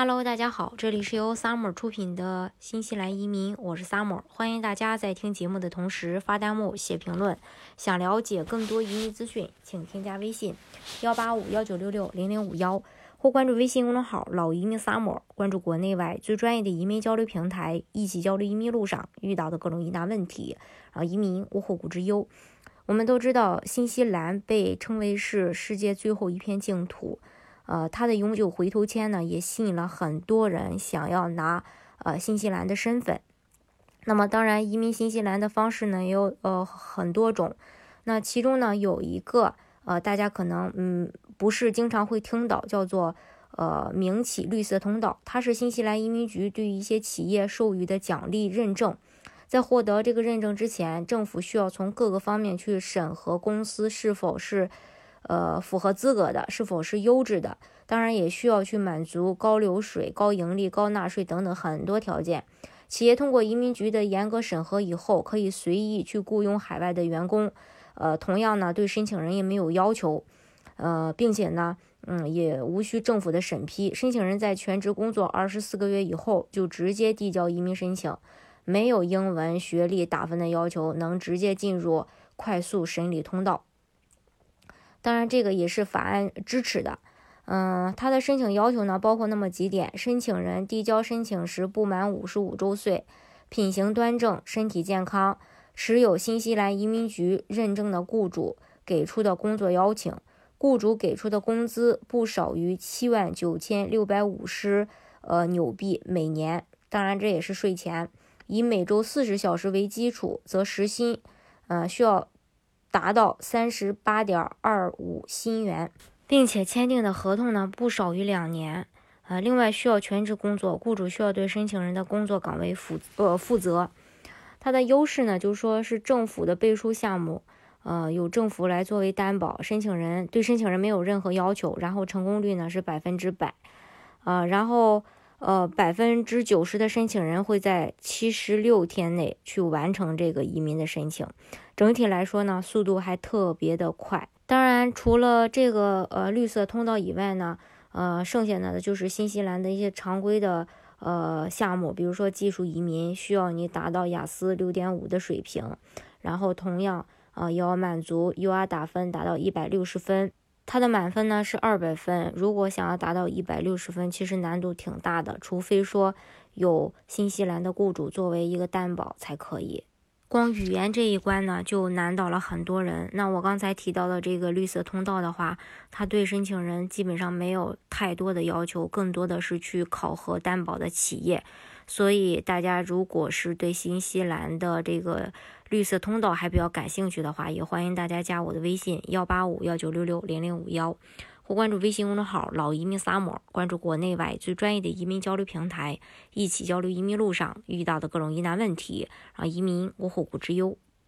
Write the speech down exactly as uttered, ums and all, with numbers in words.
Hello，大家好，这里是由 Summer 出品的新西兰移民，我是 Summer， 欢迎大家在听节目的同时发弹幕、写评论。想了解更多移民资讯，请添加微信幺八五幺九六六零零五幺，或关注微信公众号老移民 Summer， 关注国内外最专业的移民交流平台，一起交流移民路上遇到的各种疑难问题，让移民无后顾之忧。我们都知道，新西兰被称为是世界最后一片净土。呃，它的永久回头签呢，也吸引了很多人想要拿呃新西兰的身份。那么，当然，移民新西兰的方式呢，也有呃很多种。那其中呢，有一个呃，大家可能嗯不是经常会听到，叫做呃明启绿色通道，它是新西兰移民局对于一些企业授予的奖励认证。在获得这个认证之前，政府需要从各个方面去审核公司是否是。呃，符合资格的，是否是优质的，当然也需要去满足高流水、高盈利、高纳税等等很多条件。企业通过移民局的严格审核以后，可以随意去雇佣海外的员工。呃，同样呢，对申请人也没有要求。呃，并且呢，嗯，也无需政府的审批。申请人在全职工作二十四个月以后，就直接递交移民申请，没有英文学历打分的要求，能直接进入快速审理通道。当然，这个也是法案支持的。嗯，它的申请要求呢，包括那么几点：申请人递交申请时不满五十五周岁，品行端正，身体健康，持有新西兰移民局认证的雇主给出的工作邀请，雇主给出的工资不少于七万九千六百五十呃纽币每年，当然这也是税前。以每周四十小时为基础，则时薪呃需要达到三十八点二五新元，并且签订的合同呢不少于两年。呃，另外需要全职工作，雇主需要对申请人的工作岗位负呃负责。它的优势呢，就是说是政府的背书项目，呃，有政府来作为担保，申请人对申请人没有任何要求，然后成功率呢是百分之百，呃，然后。呃，百分之九十的申请人会在七十六天内去完成这个移民的申请。整体来说呢，速度还特别的快。当然，除了这个呃绿色通道以外呢，呃，剩下的就是新西兰的一些常规的呃项目，比如说技术移民，需要你达到雅思六点五的水平，然后同样啊、呃、也要满足 U R 打分达到一百六十分。它的满分呢是二百分，如果想要达到一百六十分，其实难度挺大的，除非说有新西兰的雇主作为一个担保才可以。光语言这一关呢，就难倒了很多人。那我刚才提到的这个绿色通道的话，它对申请人基本上没有太多的要求，更多的是去考核担保的企业。所以大家如果是对新西兰的这个绿色通道还比较感兴趣的话，也欢迎大家加我的微信幺八五幺九六六零零五幺，或关注微信公众号老移民 Summer， 关注国内外最专业的移民交流平台，一起交流移民路上遇到的各种疑难问题，让移民无后顾之忧。